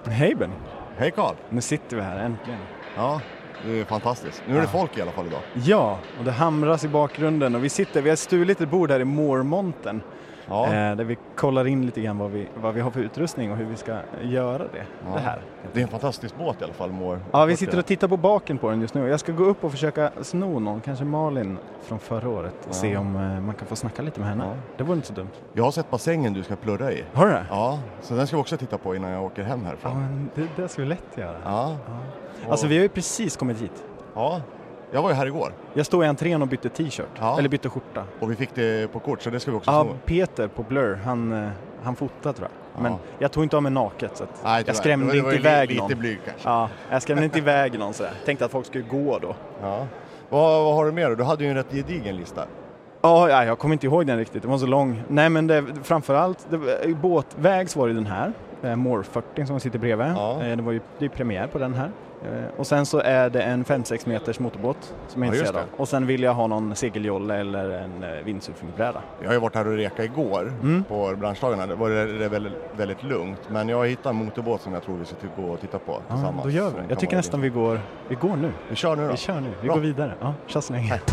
Hej Benny. Hej Carl. Nu sitter vi här äntligen. Ja, det är fantastiskt. Nu är det folk i alla fall idag. Ja, och det hamras i bakgrunden och vi har stulit ett bord här i Moormonten. Ja. Där vi kollar in lite grann vad vi har för utrustning och hur vi ska göra det här. Det är en fantastisk båt i alla fall. Ja, vi sitter och tittar på baken på den just nu. Jag ska gå upp och försöka sno någon, kanske Malin från förra året och se om man kan få snacka lite med henne. Ja. Det var inte så dumt. Jag har sett bassängen du ska plurra i. Har du det? Ja, så den ska vi också titta på innan jag åker hem härifrån. Ja, men det ska vi lätt göra. Ja. Alltså vi har ju precis kommit hit. Ja, jag var ju här igår. Jag stod i entrén och bytte t-shirt, eller bytte skjorta. Och vi fick det på kort, så det ska vi också sno. Peter på Blur, han fotade tror jag. Men jag tog inte av mig naket så att jag skrämde inte iväg någon. Lite blyg kanske. Ja, jag skrämde inte iväg någon sådär. Tänkte att folk skulle gå då. Ja. Vad har du med då? Du hade ju en rätt gedigen lista. Ja, jag kommer inte ihåg den riktigt. Det var så lång. Nej, men framförallt i båtvägs var det den här. Moor 40 som sitter bredvid. Ja. Det är premiär på den här. Och sen så är det en 5-6 meters motorbåt som jag är intresserad av. Och sen vill jag ha någon segeljolle eller en windsurfingbräda. Jag har ju varit här och reka igår på branschdagarna. Det var väldigt, väldigt lugnt. Men jag har hittat en motorbåt som jag tror vi ska gå och titta på tillsammans. Ja, då gör vi. Jag tycker nästan vi går nu. Vi kör nu då. Vi går vidare. Ja, kör så länge.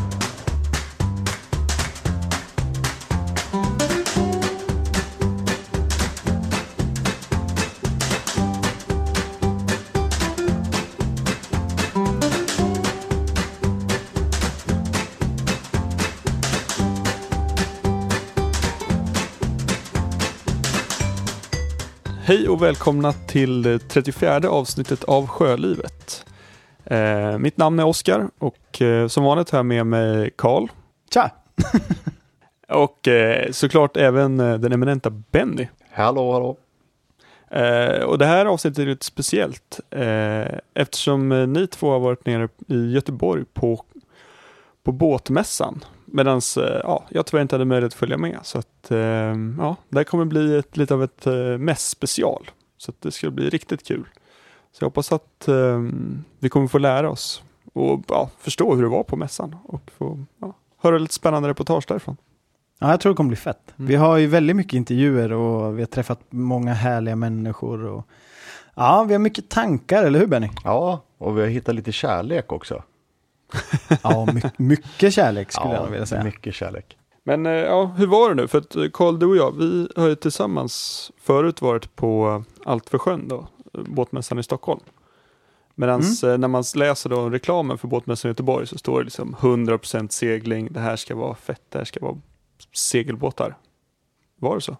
Hej och välkomna till det 34 avsnittet av Sjölivet. Mitt namn är Oskar och som vanligt har jag med mig Carl. Tja! Och såklart även den eminenta Benny. Hallå. Och det här avsnittet är lite speciellt eftersom ni två har varit nere i Göteborg på båtmässan. Medan jag tyvärr inte hade möjlighet att följa med. Så att det kommer bli lite av ett mässspecial. Så att det ska bli riktigt kul. Så jag hoppas att vi kommer få lära oss och förstå hur det var på mässan. Och få höra lite spännande reportage därifrån. Ja, jag tror det kommer bli fett. Vi har ju väldigt mycket intervjuer och vi har träffat många härliga människor. Och vi har mycket tankar, eller hur Benny? Ja, och vi har hittat lite kärlek också. Ja, mycket kärlek skulle jag vilja säga. Mycket kärlek. Men hur var det nu? För att Carl, du och jag, vi har ju tillsammans förut varit på Allt för sjön då, båtmässan i Stockholm. Medan när man läser då reklamen för båtmässan i Göteborg så står det liksom 100% segling, det här ska vara fett, det här ska vara segelbåtar. Var det så?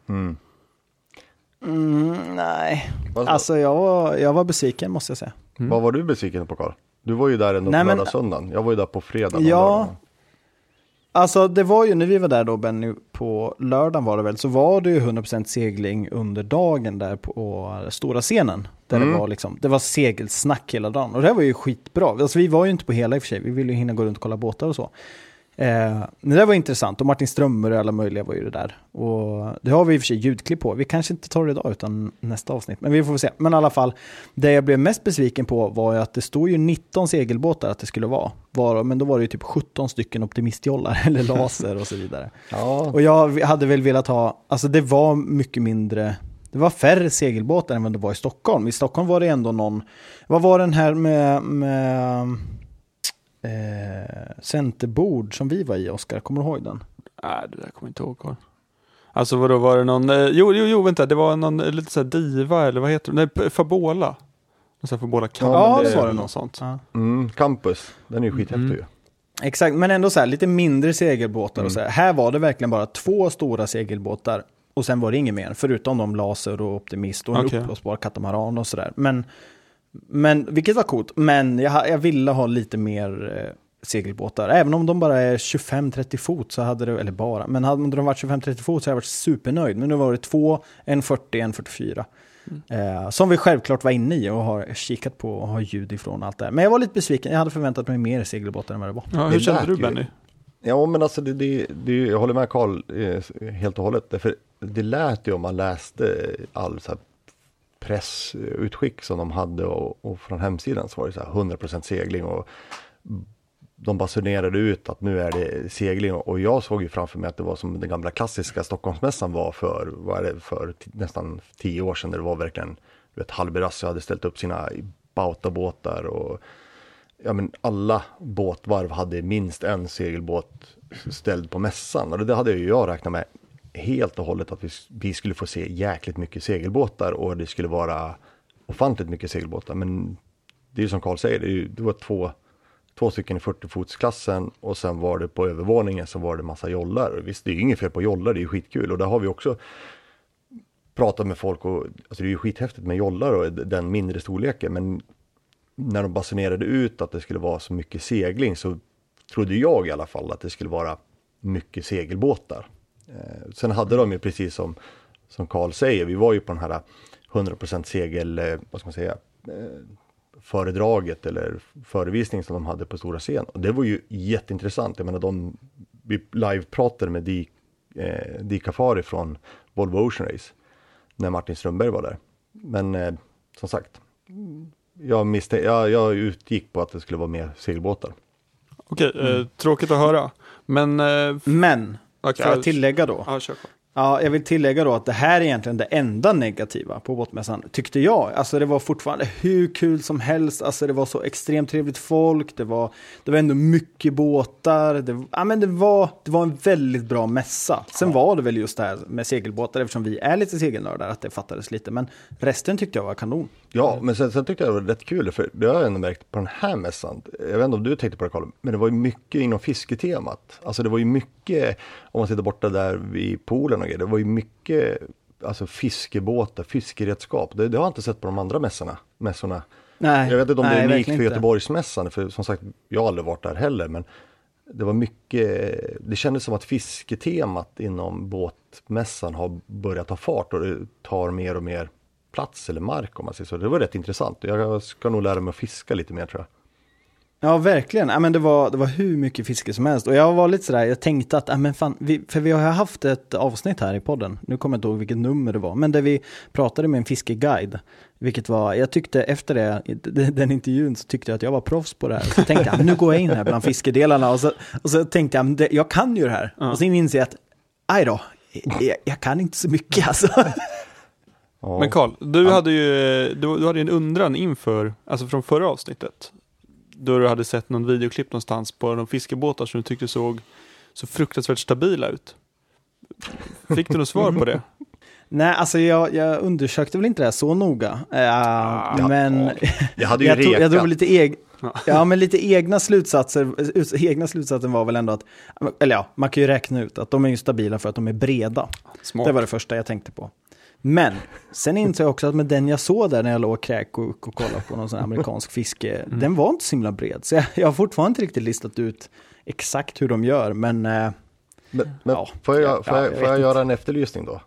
Nej. Alltså jag var besviken måste jag säga. Vad var du besviken på, Carl? Du var ju där ändå på lördag söndagen. Jag var ju där på fredag. Ja, alltså det var ju när vi var där då, Benny, på lördagen var det väl, så var det ju 100% segling under dagen där på stora scenen. Där det var segelsnack hela dagen. Och det var ju skitbra. Alltså vi var ju inte på hela i och för sig. Vi ville ju hinna gå runt och kolla båtar och så. Det där var intressant och Martin Strömmer och alla möjliga var ju det där och det har vi i och för sig ljudklipp på. Vi kanske inte tar det idag utan nästa avsnitt, men vi får se. Men i alla fall, det jag blev mest besviken på var ju att det stod ju 19 segelbåtar att det skulle vara, men då var det ju typ 17 stycken optimistjollar eller laser och så vidare. Och jag hade väl velat ha, alltså det var mycket mindre, det var färre segelbåtar än vad det var i Stockholm. I Stockholm var det ändå vad var den här med centerbord som vi var i, Oskar, kommer du ihåg den? Nej, det där kommer jag inte ihåg, Carl. Alltså vadå, var det någon jo, vänta, det var någon lite så här diva eller vad heter det? Nej, Fabola. Så Fabola Campus. Ja, det var det något sånt. Ja. Campus, den är ju skithäftig ju. Exakt, men ändå så här lite mindre segelbåtar och så här. Här var det verkligen bara 2 stora segelbåtar och sen var det inget mer förutom de laser och optimist och en uppblåsbar katamaran och sådär. Men vilket var coolt, men jag ville ha lite mer segelbåtar. Även om de bara är 25-30 fot så hade det, eller bara, men hade de varit 25-30 fot så hade jag varit supernöjd. Men nu var det 2, en 40, en 44. Som vi självklart var inne i och har kikat på och har ljud ifrån allt där. Men jag var lite besviken, jag hade förväntat mig mer segelbåtar än vad det var. Ja, hur kände du, Benny? Ja, men alltså jag håller med Carl helt och hållet. För det lät ju om man läste all så här pressutskick som de hade och från hemsidan så var det så här 100% segling och de basunerade ut att nu är det segling och jag såg ju framför mig att det var som den gamla klassiska Stockholmsmässan var för nästan 10 år sedan, där det var verkligen Halberassi hade ställt upp sina Bauta-båtar och men alla båtvarv hade minst en segelbåt ställd på mässan. Och det hade ju jag räknat med helt och hållet, att vi skulle få se jäkligt mycket segelbåtar och det skulle vara ofantligt mycket segelbåtar. Men det är ju som Carl säger, det var två stycken i 40-fotsklassen och sen var det på övervåningen så var det massa jollar. Visst, det är ju inget fel på jollar, det är ju skitkul. Och där har vi också pratat med folk och alltså det är ju skithäftigt med jollar och den mindre storleken. Men när de basunerade ut att det skulle vara så mycket segling så trodde jag i alla fall att det skulle vara mycket segelbåtar. Sen hade de ju precis som Carl säger, vi var ju på den här 100% segel, vad ska man säga, föredraget eller förevisning som de hade på stora scen. Och det var ju jätteintressant. Jag menar, vi live-pratade med Di Cafari från Volvo Ocean Race när Martin Strömberg var där. Men som sagt, jag utgick på att det skulle vara mer segelbåtar. Okej, tråkigt att höra. Men okay, för att tillägga då. Ja, jag vill tillägga då att det här är egentligen det enda negativa på båtmässan, tyckte jag. Alltså det var fortfarande hur kul som helst. Alltså det var så extremt trevligt folk. Det var ändå mycket båtar. Det var en väldigt bra mässa. Sen var det väl just det här med segelbåtar, eftersom vi är lite segelnördar, att det fattades lite. Men resten tyckte jag var kanon. Ja, men sen tyckte jag det var rätt kul, för det har jag ändå märkt på den här mässan. Jag vet inte om du tänkte på det, Carl, men det var ju mycket inom fisketemat. Alltså det var ju mycket, om man sitter borta där vid poolen och grejer, det var ju mycket alltså fiskebåtar, fiskeredskap. Det har jag inte sett på de andra mässorna. Nej, jag vet inte om det är unikt för Göteborgsmässan, för som sagt, jag har aldrig varit där heller, men det var mycket, det kändes som att fisketemat inom båtmässan har börjat ta fart och det tar mer och mer plats eller mark, om man säger så. Det var rätt intressant. Jag ska nog lära mig att fiska lite mer, tror jag. Ja, verkligen. Ja, men det var hur mycket fiske som helst. Och jag var lite sådär, jag tänkte att för vi har haft ett avsnitt här i podden. Nu kommer jag inte ihåg vilket nummer det var. Men där vi pratade med en fiskeguide. Vilket var, jag tyckte efter den intervjun så tyckte jag att jag var proffs på det här. Så tänkte jag, nu går jag in här bland fiskedelarna. Och så tänkte jag kan ju det här. Ja. Och sen inser jag att, aj då, jag kan inte så mycket alltså. Ja. Men Carl, du hade en undran inför, alltså från förra avsnittet. Då du hade sett någon videoklipp någonstans på de fiskebåtar som du tyckte såg så fruktansvärt stabila ut. Fick du något svar på det? Nej, alltså jag undersökte väl inte det här så noga. Men jag hade ju jag drog lite egna slutsatser. Egna slutsatsen var väl ändå att, eller ja, man kan ju räkna ut att de är ju stabila för att de är breda. Smart. Det var det första jag tänkte på. Men sen insåg jag också att med den jag såg där när jag låg och kräk och kollade på någon sån amerikansk fiske, den var inte så himla bred. Så jag har fortfarande inte riktigt listat ut exakt hur de gör, men ja, får jag göra en efterlysning då?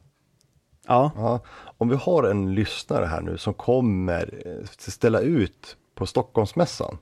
Ja. Om vi har en lyssnare här nu som kommer ställa ut på Stockholmsmässan,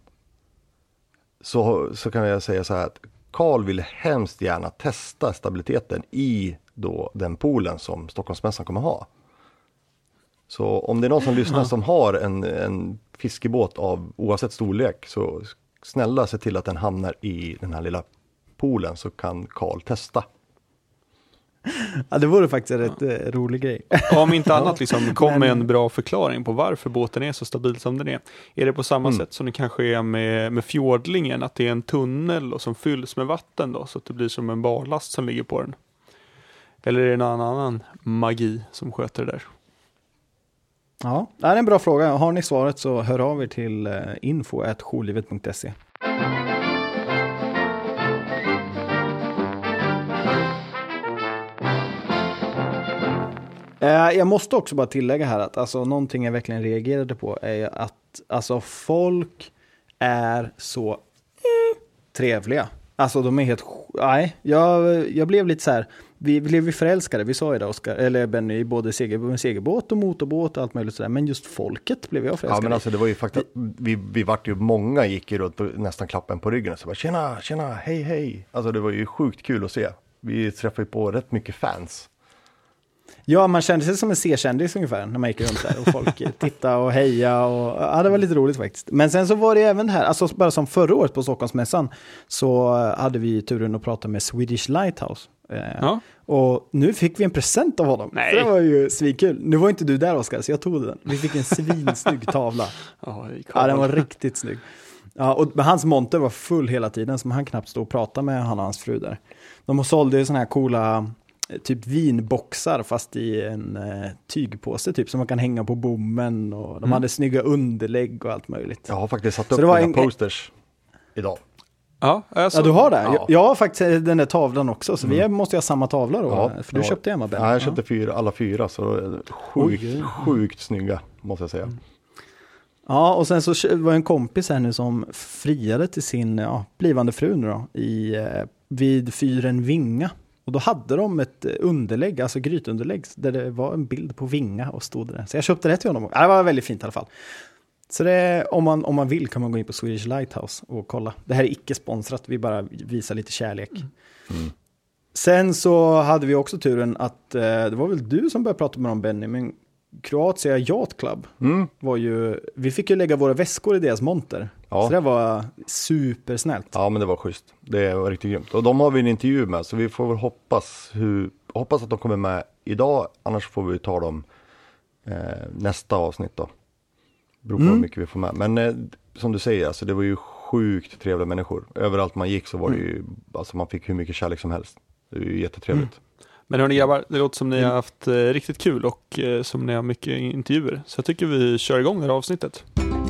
så kan jag säga så här att Carl vill hemskt gärna testa stabiliteten i då den poolen som Stockholmsmässan kommer ha. Så om det är någon som lyssnar som har en fiskebåt av oavsett storlek, så snälla se till att den hamnar i den här lilla poolen, så kan Carl testa. Ja, det vore faktiskt en rätt rolig grej. Om inte annat liksom, kom med en bra förklaring på varför båten är så stabil som den är. Är det på samma sätt som det kanske är med fjordlingen, att det är en tunnel och som fylls med vatten då, så att det blir som en barlast som ligger på den? Eller är det någon annan magi som sköter det där? Ja, det är en bra fråga. Har ni svaret så hör av er till info@jourlivet.se. Jag måste också bara tillägga här att alltså, någonting jag verkligen reagerade på är att alltså, folk är så trevliga. Alltså de är helt... Nej, jag blev lite så här... Vi blev förälskade, vi sa ju det, Oskar, eller Benny, i både segelbåt och motorbåt och allt möjligt sådär. Men just folket blev jag förälskad. Ja, men alltså det var ju faktiskt... Vi vart ju många, gick ju runt och nästan klappen på ryggen och så bara tjena, hej. Alltså det var ju sjukt kul att se. Vi träffade ju på rätt mycket fans. Ja, man kände sig som en C-kändis ungefär när man gick runt där och folk tittade och heja och ja, det var lite roligt faktiskt. Men sen så var det även här, alltså bara som förra året på Stockholmsmässan så hade vi turen att prata med Swedish Lighthouse. Och nu fick vi en present av honom. Nej. Så det var ju svinkul. Nu var inte du där, Oskar, så jag tog den. Vi fick en svinsnygg tavla. Ja, den var riktigt snygg. Ja, men hans monter var full hela tiden, som han knappt stod och pratade med han och hans fru där. De sålde ju såna här coola typ vinboxar fast i en tygpåse typ som man kan hänga på bommen, och de hade snygga underlägg och allt möjligt. Jag har faktiskt satt upp mina posters idag. Ja, du har det? Ja. Jag har faktiskt den där tavlan också, så vi måste ha samma tavla då. För du köpte hemma, Ben. Ja, jag köpte alla fyra, så sjukt snygga, måste jag säga. Ja, och sen så var en kompis här nu som friade till sin blivande fru nu då, vid fyren Vinga. Och då hade de ett underlägg, alltså grytunderlägg, där det var en bild på Vinga och stod där. Så jag köpte det till honom. Ja, det var väldigt fint i alla fall. Så det, om man vill kan man gå in på Swedish Lighthouse och kolla. Det här är icke sponsrat, vi bara visar lite kärlek. Sen så hade vi också turen att, det var väl du som började prata med dem, Benny, men Kroatia Yacht Club var ju, vi fick ju lägga våra väskor i deras monter. Ja. Så det var supersnällt. Ja, men det var schysst. Det var riktigt grymt. Och de har vi en intervju med, så vi får väl hoppas att de kommer med idag, annars får vi ta dem nästa avsnitt då. Beror på hur mycket vi får med. Men som du säger, alltså, det var ju sjukt trevliga människor. Överallt man gick så var det ju, alltså man fick hur mycket kärlek som helst. Det är ju jättetrevligt. Men hörni grabbar, det låter som ni har haft riktigt kul och som ni har mycket intervjuer. Så jag tycker vi kör igång det här avsnittet.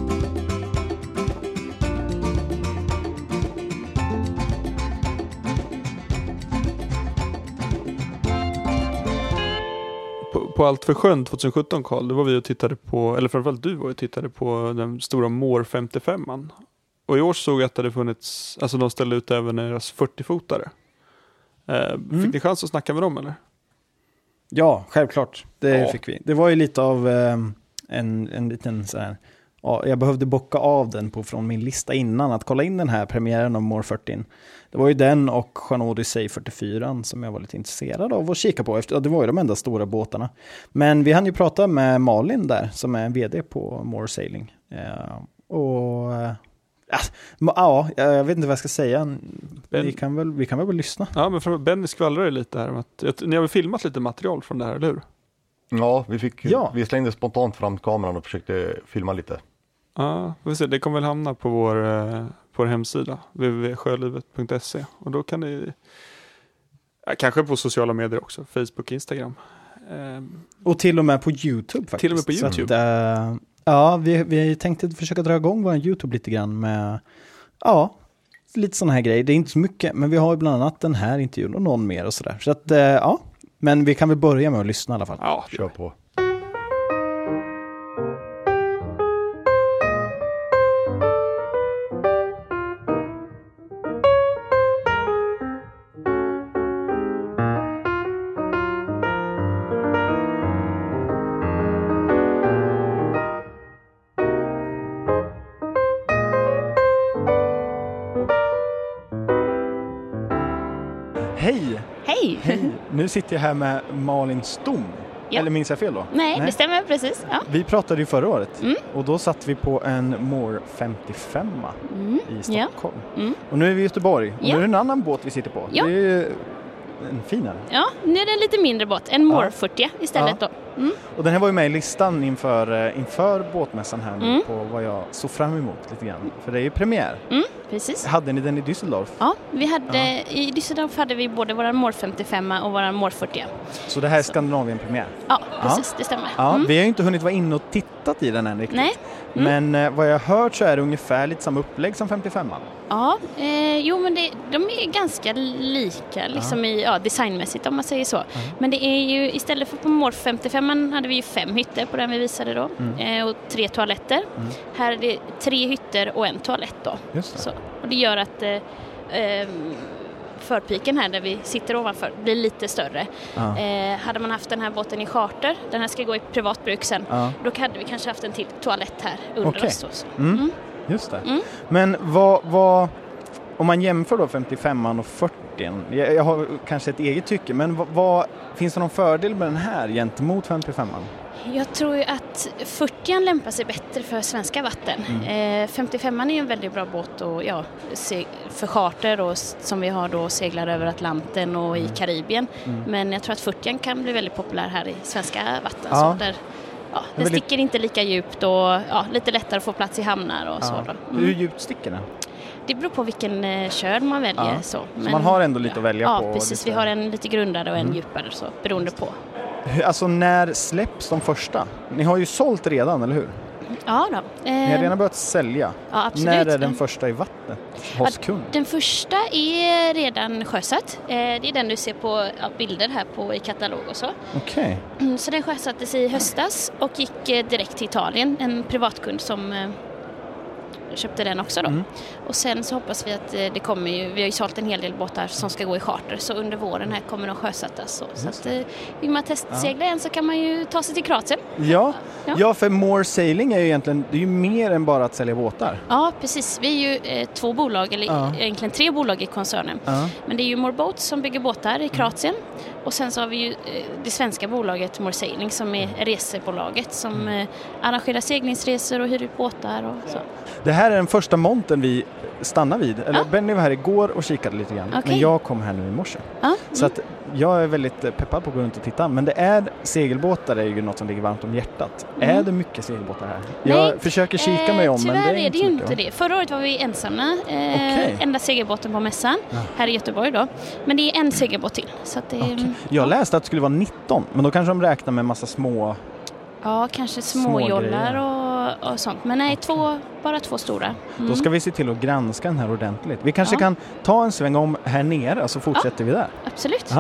På Allt för sjön 2017, Carl, det var vi och tittade på, eller framförallt du var och tittade på den stora More 55an. Och i år såg jag att det hade funnits, alltså de ställde ut även deras 40-fotare. Fick ni chans att snacka med dem eller? Ja, självklart. Det fick vi. Det var ju lite av en liten så här, jag behövde bocka av den från min lista innan att kolla in den här premiären av More 40. Det var ju den och Jean Odyssey 44 som jag var lite intresserad av att kika på. Det var ju de enda stora båtarna. Men vi hann ju prata med Malin där som är vd på More Sailing. Jag vet inte vad jag ska säga. Vi kan väl lyssna. Ja, men Benny skvallrade lite här om att ni har väl filmat lite material från det här, eller hur? Ja, vi slängde spontant fram kameran och försökte filma lite. Ja, vi får se. Det kommer väl hamna på vår hemsida www.sjölivet.se, och då kan ni kanske på sociala medier också, Facebook, Instagram. Och till och med på YouTube faktiskt. Till och med på YouTube. Så att, vi tänkte försöka dra igång vår YouTube lite grann med lite sådana här grejer. Det är inte så mycket, men vi har ju bland annat den här intervjun och någon mer och sådär. Så att men vi kan väl börja med att lyssna i alla fall. Ja, kör på. Hej! Hej! Nu sitter jag här med Malin Stom. Ja. Eller minns jag fel då? Nej, det stämmer precis. Ja. Vi pratade ju förra året och då satt vi på en More 55 i Stockholm. Ja. Och nu är vi i Göteborg och nu är det en annan båt vi sitter på. Ja. Det är ju en finare. Ja, nu är det en lite mindre båt. En More 40 istället då. Och den här var ju med i listan inför båtmässan här nu på vad jag såg fram emot lite grann. För det är ju premiär. Precis. Hade ni den i Düsseldorf? Ja, i Düsseldorf hade vi både våran More 55 och våran More 40. Så det här är Skandinavien-premiär? Ja, precis, det stämmer. Ja, vi har ju inte hunnit vara inne och tittat i den än riktigt. Nej. Men vad jag har hört så är det ungefär lite samma upplägg som 55an. Ja, men de är ganska lika liksom designmässigt om man säger så. Men det är ju, istället för på More 55 hade vi ju 5 hytter på den vi visade då och 3 toaletter. Här är det 3 hytter och en toalett då. Just det. Så, och det gör att förpiken här där vi sitter ovanför blir lite större. Hade man haft den här båten i charter, den här ska gå i privat bruk sen, då hade vi kanske haft en till toalett här under oss. Så. Just det. Men vad om man jämför då 55an och 40. Jag har kanske ett eget tycke, men finns det någon fördel med den här gentemot 55an? Jag tror ju att 40 lämpar sig bättre för svenska vatten. 55an är en väldigt bra båt och, för charter och som vi har då seglar över Atlanten och i Karibien. Men jag tror att 40 kan bli väldigt populär här i svenska vatten. Ja. Så där, den sticker inte lika djupt och lite lättare att få plats i hamnar och så. Då. Hur djupt sticker den? Det beror på vilken köl man väljer. Ja. Så man har ändå lite att välja på? Ja, precis. Vi har en lite grundare och en djupare så, beroende på. Alltså när släpps de första? Ni har ju sålt redan, eller hur? Ja då. Ni har redan börjat sälja. Ja, absolut. När är den första i vattnet hos kund? Den första är redan sjösatt. Det är den du ser på bilder här i katalog och så. Okej. Så den sjösattes i höstas och gick direkt till Italien. En privatkund som köpte den också då. Och sen så hoppas vi att det kommer ju, vi har ju sålt en hel del båtar som ska gå i charter, så under våren här kommer de sjösättas. Så att vill man testsegla en så kan man ju ta sig till Kroatien. Ja, för More Sailing är ju egentligen, det är ju mer än bara att sälja båtar. Ja, precis. Vi är ju 2 bolag, eller egentligen 3 bolag i koncernen. Men det är ju More Boats som bygger båtar i Kroatien. Och sen så har vi ju det svenska bolaget More Sailing som är resebolaget som arrangerar seglingsresor och hyr ut båtar och så. Det här är den första montern vi stannar vid. Eller Benny var här igår och kikade lite grann. Okay. Men jag kom här nu i morse. Så att jag är väldigt peppad på att gå runt och titta. Men det är segelbåtar är ju något som ligger varmt om hjärtat. Är det mycket segelbåtar här? Nej, jag försöker kika mig om, men det är det ju inte det. Förra året var vi ensamma. Enda segelbåten på mässan här i Göteborg då. Men det är en segelbåt till. Så att det, jag läste att det skulle vara 19. Men då kanske de räknar med en massa små... Ja, kanske småjollar och sånt. Men nej, bara 2 stora. Då ska vi se till att granska den här ordentligt. Vi kanske kan ta en sväng om här nere och så fortsätter vi där. Absolut.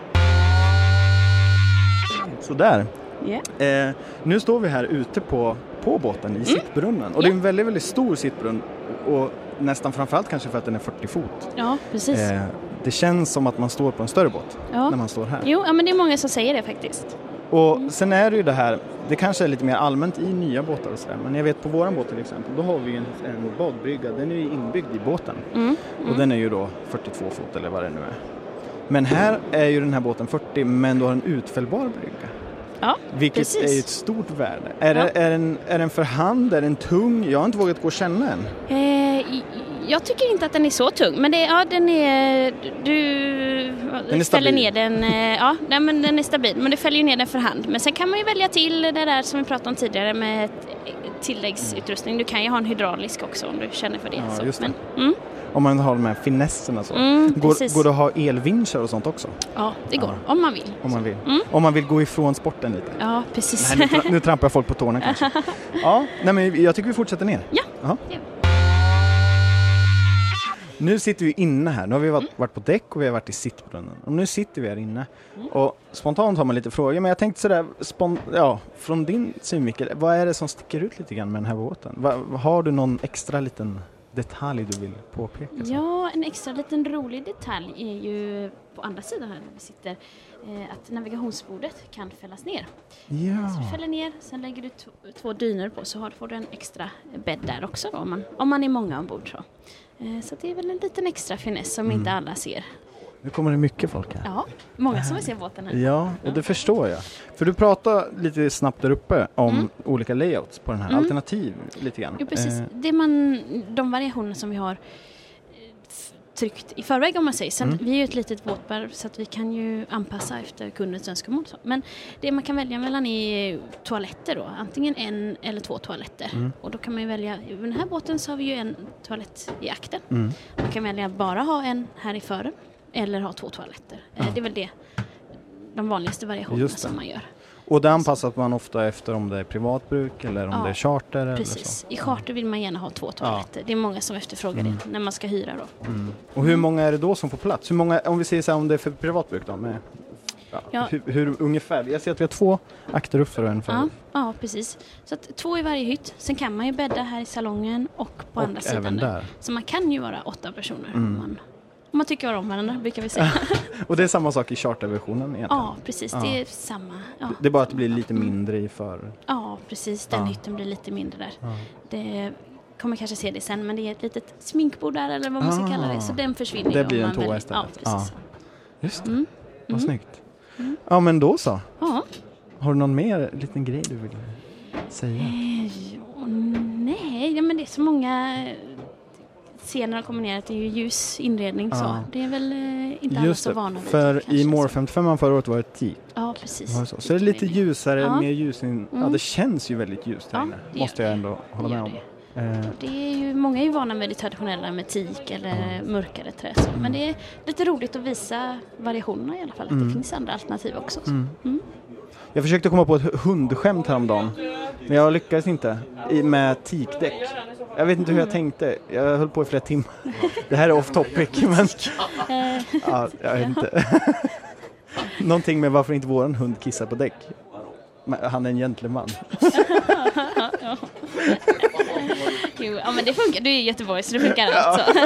Så där. Nu står vi här ute på båten i sittbrunnen. Och det är en väldigt, väldigt stor sittbrunn. Och nästan framförallt kanske för att den är 40 fot. Ja, precis. Det känns som att man står på en större båt när man står här. Jo, men det är många som säger det faktiskt. Och sen är det ju det här, det kanske är lite mer allmänt i nya båtar och sådär, men jag vet på våran båt till exempel, då har vi en badbrygga, den är ju inbyggd i båten. Och den är ju då 42 fot eller vad det nu är. Men här är ju den här båten 40, men då har en utfällbar brygga. Ja, vilket precis. är ett stort värde. Är den för hand, är den tung? Jag har inte vågat gå och känna den. Jag tycker inte att den är så tung, men den är ställer ner den, men den är stabil, men du fäller ner den för hand. Men sen kan man ju välja till det där som vi pratade om tidigare med tilläggsutrustning. Du kan ju ha en hydraulisk också om du känner för det. Ja, så. just det. Men, om man har de här finesserna så. Går det att ha elvinschar och sånt också? Ja, det går. Om man vill. Om man vill gå ifrån sporten lite. Ja, precis. Nej, nu trampar folk på tårna kanske. Men jag tycker vi fortsätter ner. Ja. Nu sitter vi inne här. Nu har vi varit på däck och vi har varit i sittbrunnen. Och nu sitter vi här inne. Och spontant har man lite frågor. Men jag tänkte sådär, från din synvinkel, vad är det som sticker ut lite grann med den här båten? Har du någon extra liten detalj du vill påpeka? Ja, en extra liten rolig detalj är ju på andra sidan här där vi sitter att navigationsbordet kan fällas ner. Ja. Så du fäller ner, sen lägger du 2 dyner på så får du en extra bädd där också då, om man är många ombord så. Så det är väl en liten extra finess som inte alla ser. Nu kommer det mycket folk här. Ja, många som vill se båten här. Ja, och det förstår jag. För du pratar lite snabbt där uppe om olika layouts på den här. Alternativ lite grann. Jo, precis. De variationer som vi har tryckt i förväg om man säger. Sen, vi är ju ett litet båtbar så att vi kan ju anpassa efter kundens önskemål. Men det man kan välja mellan är toaletter då. Antingen 1 eller 2 toaletter. Och då kan man ju välja, i den här båten så har vi ju en toalett i akten. Man kan välja bara ha en här i fören eller ha 2 toaletter. Det är väl de vanligaste variationerna som man gör. Och det anpassar man ofta efter om det är privatbruk eller om det är charter? Precis. Eller så. I charter vill man gärna ha 2 toaletter. Det är många som efterfrågar det när man ska hyra då. Och hur många är det då som får plats? Hur många, om vi säger så här, om det är för privatbruk då? Hur ungefär? Jag ser att vi har 2 akter upp för ungefär. Ja, precis. Så att 2 i varje hytt. Sen kan man ju bädda här i salongen och på andra sidan där. Så man kan ju vara 8 personer om man tycker om varandra, brukar vi säga. Och det är samma sak i charterversionen egentligen? Ja, precis. Det är samma. Ja. Det är bara att det blir lite mindre i för... Ja, precis. Den hytten blir lite mindre där. Det kommer kanske se det sen, men det är ett litet sminkbord där eller vad man ska kalla det. Så den försvinner. Det blir en toa istället. Ja, precis. Just det. Vad snyggt. Ja, men då så. Ja. Har du någon mer liten grej du vill säga? Nej, men det är så många scener har kombinerat. Det är ju ljus inredning så. Det är väl inte alla så vana vid. För i More 55 förra året var det teak. Ja, precis. Så det är lite ljusare, mer ljus. Ja, det känns ju väldigt ljust här inne. Måste jag ändå hålla med om. Det är ju, många är ju vana med det traditionella med teak eller mörkare trä. Men det är lite roligt att visa variationerna i alla fall. Att det finns andra alternativ också. Jag försökte komma på ett hundskämt häromdagen. Men jag lyckades inte med teakdäck. Jag vet inte hur jag tänkte. Jag höll på i flera timmar. Det här är off topic. Men ja, jag vet inte. Någonting med varför inte våran hund kissar på däck. Han är en gentleman. Jo, ja, men det funkar. Du är i Göteborg så det funkar allt så.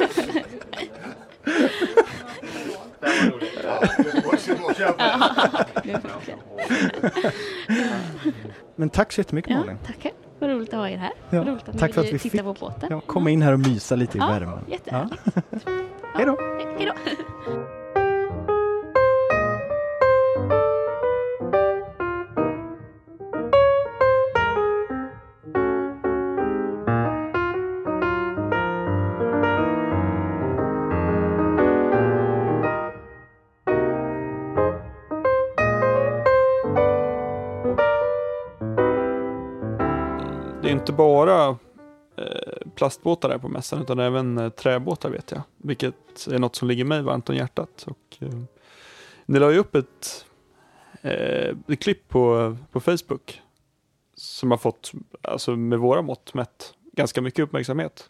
Men tack så jättemycket, Malin. Tack. Vad roligt att ha er här. Ja, roligt att tack för att vi titta fick på båten. komma in här och mysa lite i värmen. Jättehärligt. Hej då. Hej då. Det är inte bara plastbåtar där på mässan utan även träbåtar vet jag. Vilket är något som ligger mig varmt om hjärtat. Och, ni la ju upp ett klipp på Facebook som har fått, alltså med våra mått mätt, ganska mycket uppmärksamhet.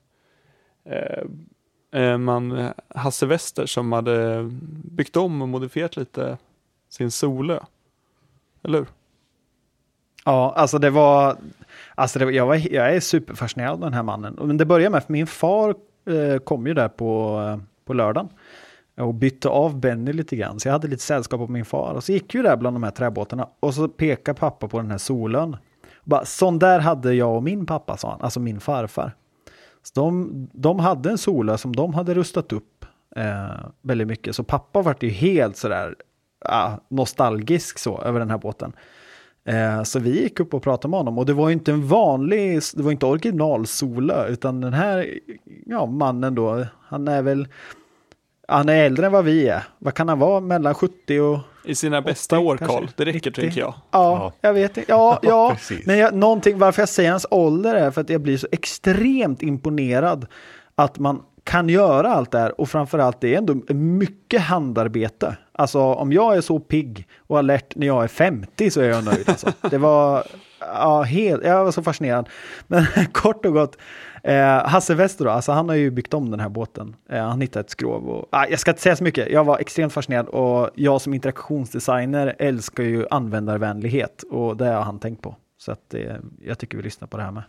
Hasse Wester som hade byggt om och modifierat lite sin solö. Eller hur? Ja, alltså jag är superfascinerad av den här mannen. Men det började med att min far kom ju där på lördagen och bytte av Benny lite grann. Så jag hade lite sällskap på min far. Och så gick ju där bland de här träbåtarna. Och så pekade pappa på den här solön. Bara, sån där hade jag och min pappa, sa han. Alltså min farfar. Så de hade en solö som de hade rustat upp väldigt mycket. Så pappa var ju helt sådär nostalgisk så över den här båten. Så vi gick upp och pratade med honom och det var ju inte det var inte original solö utan den här mannen då, han är äldre än vad vi är. Vad kan han vara? Mellan 70 och i sina bästa år, Carl. Det räcker, 90. tänker jag. Ja, jag vet inte. Ja. Men varför jag säger hans ålder är för att jag blir så extremt imponerad att man kan göra allt det här och framförallt det är ändå mycket handarbete. Alltså om jag är så pigg och alert när jag är 50 så är jag nöjd. Alltså. Det var jag var så fascinerad. Men kort och gott, Hasse Wester då, alltså han har ju byggt om den här båten. Han hittade ett skrov och jag ska inte säga så mycket. Jag var extremt fascinerad och jag som interaktionsdesigner älskar ju användarvänlighet och det har han tänkt på. Så att jag tycker vi lyssnar på det här med.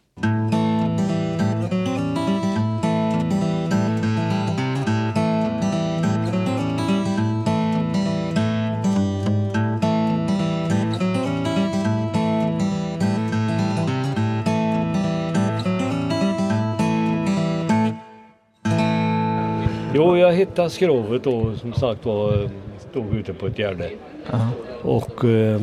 Jo, jag hittade skrovet då, som sagt var, stod ute på ett gärde. Och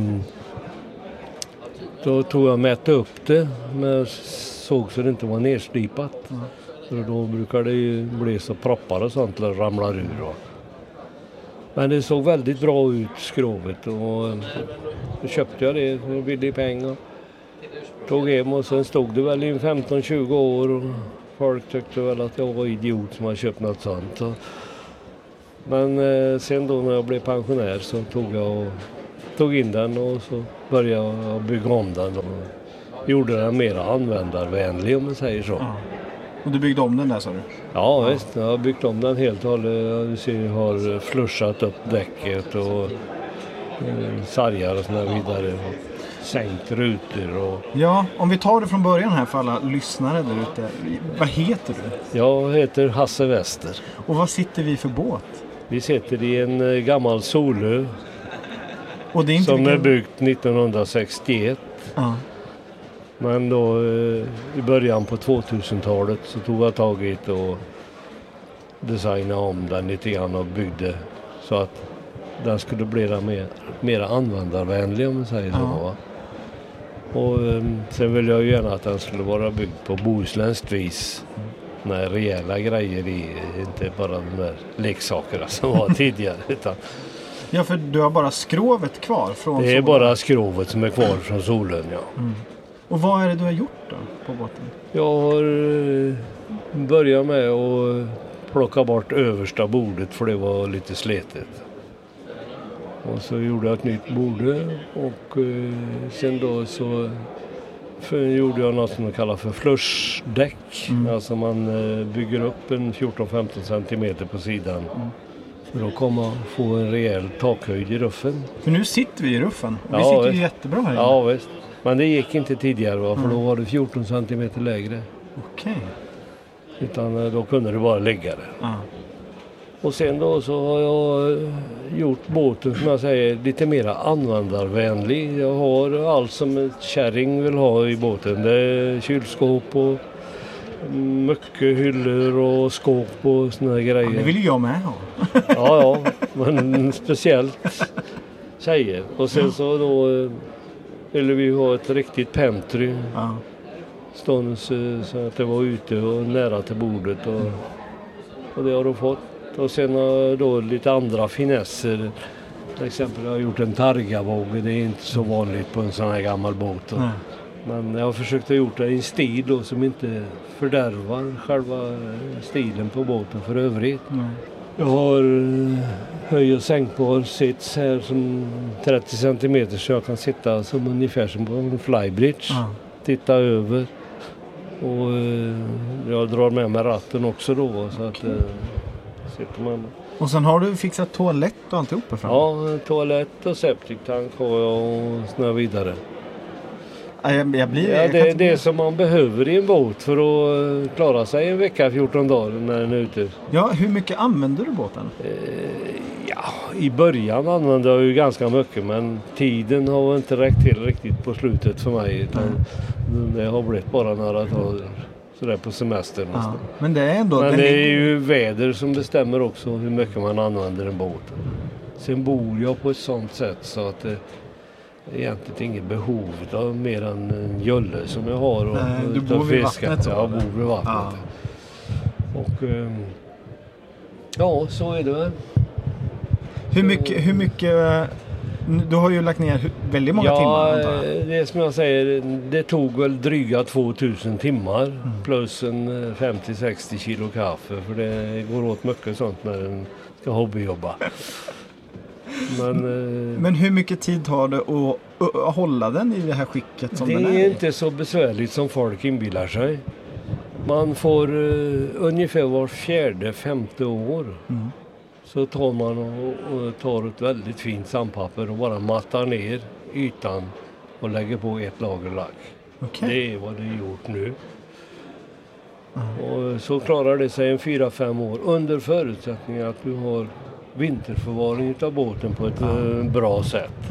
då tog jag mätte upp det, men såg så det inte var nedslipat. Så då brukar det ju bli så proppar och sånt eller ramlar ur. Men det såg väldigt bra ut, skrovet, och då köpte jag det för billig pengar. Tog hem och sen stod det väl i 15-20 år och folk tyckte väl att jag var idiot som hade köpt något sånt. Men sen då när jag blev pensionär så tog in den och så började jag bygga om den och gjorde den mer användarvänlig, om man säger så. Ja. Och du byggde om den där, sa du? Ja, visst. Jag har byggt om den helt och hållet. Du ser, jag har flussat upp däcket och sargar och sådär vidare. Sänkt rutor och... Ja, om vi tar det från början här för alla lyssnare där ute. Vad heter du? Jag heter Hasse Wester. Och vad sitter vi för båt? Vi sitter i en gammal solö. Och det är inte som är byggt 1961. Ja. Men då i början på 2000-talet så tog jag tag i det och designade om den lite grann och byggde så att den skulle bli mer användarvänlig om man säger så. Va? Och sen vill jag ju gärna att den skulle vara byggd på bohusländskt vis. Med rejäla grejer i, inte bara de där leksakerna som var tidigare. Utan Ja, för du har bara skrovet kvar från det är Solön. bara skrovet som är kvar från Solön, ja. Och vad är det du har gjort då på båten? Jag har börjat med att plocka bort översta bordet för det var lite sletet. Och så gjorde jag ett nytt borde och sen då så gjorde jag något som de kallar för flushdäck. Alltså man bygger upp en 14-15 centimeter på sidan. För att få en rejäl takhöjd i ruffen. För nu sitter vi i ruffen. Och Ja, vi sitter ju visst. jättebra här inne. Ja visst. Men det gick inte tidigare va? För då var det 14 centimeter lägre. Okej. Utan då kunde du bara lägga det. Ja. Och sen då så har jag gjort båten som jag säger lite mer användarvänlig. Jag har allt som ett kärring vill ha i båten. Det är kylskåp och mycket hyllor och skåp och såna grejer. Det vill ju jag med ha. Ja, men speciellt tjejer. Och sen så då ville vi ha ett riktigt pantry. Ja. Stående så att det var ute och nära till bordet. Och det har de fått. Och sen har då lite andra finesser. Till exempel jag har gjort en targavåg. Det är inte så vanligt på en sån här gammal båt. Men jag har försökt att gjort det i en stil då, som inte fördärvar själva stilen på båten för övrigt. Jag har höj- och sänkbar sits här som 30 centimeter så jag kan sitta som ungefär som på en flybridge. Titta över. Och jag drar med mig ratten också då så att sitter man. Och sen har du fixat toalett och alltihopa fram. Ja, toalett och septiktank har jag och såna vidare. Jag blir... Ja, det är det som man behöver i en båt för att klara sig en vecka, 14 dagar när den är ute. Ja, hur mycket använder du båten? Ja, i början använde jag ju ganska mycket men tiden har inte räckt till riktigt på slutet för mig. Utan det har blivit bara några dagar sådär på semestern. Ja, men det är ändå... Men det är ju väder som bestämmer också hur mycket man använder en båt. Sen bor jag på ett sånt sätt så att egentligen inget behov av mer än en jolle som jag har. Och, du bor vid vattnet så? Jag bor vid vattnet. Ja. Och ja, så är det väl. Hur mycket... Du har ju lagt ner väldigt många timmar. Ja, det som jag säger, det tog väl dryga 2000 timmar plus en 50-60 kilo kaffe. För det går åt mycket sånt när en ska hobbyjobba. Men hur mycket tid tar det att hålla den i det här skicket som den är? Det är inte så besvärligt som folk inbillar sig. Man får ungefär var 4-5 år. Så tar man och tar ett väldigt fint sandpapper och bara mattar ner ytan och lägger på ett lager lack. Okay. Det är vad det är gjort nu. Och så klarar det sig en 4-5 år under förutsättning att du har vinterförvaring av båten på ett bra sätt.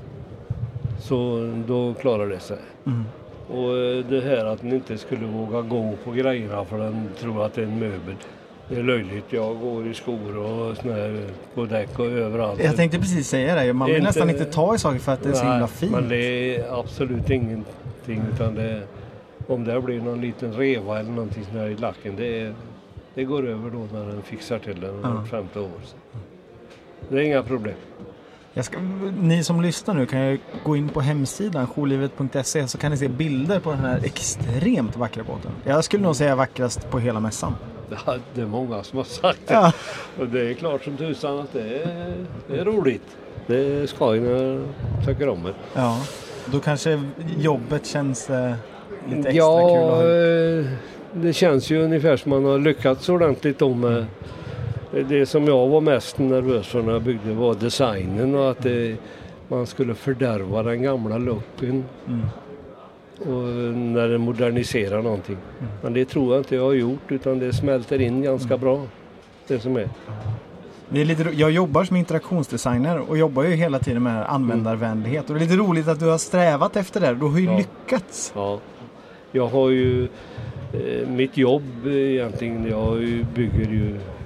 Så då klarar det sig. Och det här att den inte skulle våga gå på grejerna för den tror att det är en möbel. Det är löjligt. Jag går i skor och sån här på däck och överallt. Jag tänkte precis säga det. Man vill nästan inte ta i saker för att det är så himla fint. Men det är absolut ingenting. Utan om det blir någon liten reva eller någonting sån här i lacken. Det går över då när den fixar till den om 15 år. Det är inga problem. Ni som lyssnar nu kan ju gå in på hemsidan jourlivet.se så kan ni se bilder på den här extremt vackra båten. Jag skulle nog säga vackrast på hela mässan. Ja, det är många som har sagt det. Ja. Och det är klart som tusan att det är roligt. Det är skoj när jag tycker om det. Ja, då kanske jobbet känns lite extra kul att ha. Det känns ju ungefär som man har lyckats ordentligt med. Det som jag var mest nervös för när jag byggde var designen och att man skulle fördärva den gamla looken. Och när den moderniserar någonting. Men det tror jag inte jag har gjort utan det smälter in ganska bra. Det som är. Jag jobbar som interaktionsdesigner och jobbar ju hela tiden med användarvänlighet. Och det är lite roligt att du har strävat efter det. Du har ju lyckats. Ja, jag har ju mitt jobb egentligen. Jag bygger ju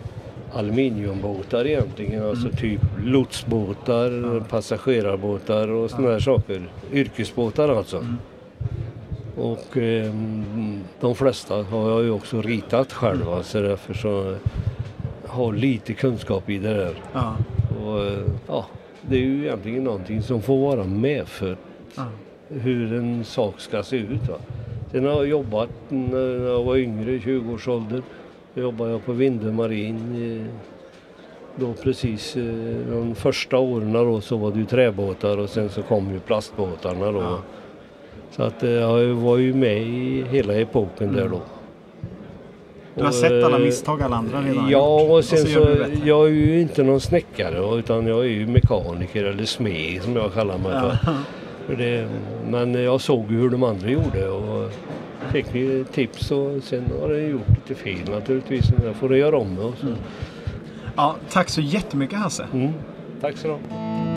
aluminiumbåtar egentligen. Alltså typ lotsbåtar, passagerarbåtar och sådana här saker. Yrkesbåtar alltså. Och de flesta har jag ju också ritat själv. Så därför så har lite kunskap i det där. Och det är ju egentligen någonting som får vara med för hur en sak ska se ut. Va? Sen har jag jobbat när jag var yngre, 20-årsåldern. Då jobbade jag på Vindö Marin. Då precis de första åren då, så var det ju träbåtar och sen så kom ju plastbåtarna då. Så att jag var ju med i hela epoken där då. Du har sett alla misstag alla andra redan. Ja, och sen så jag är ju inte någon snickare utan jag är ju mekaniker eller smed som jag kallar mig för det, men jag såg ju hur de andra gjorde och fick tips och sen har jag gjort lite fel naturligtvis. Jag får göra om det. Och så. Ja, tack så jättemycket Hasse. Tack så mycket.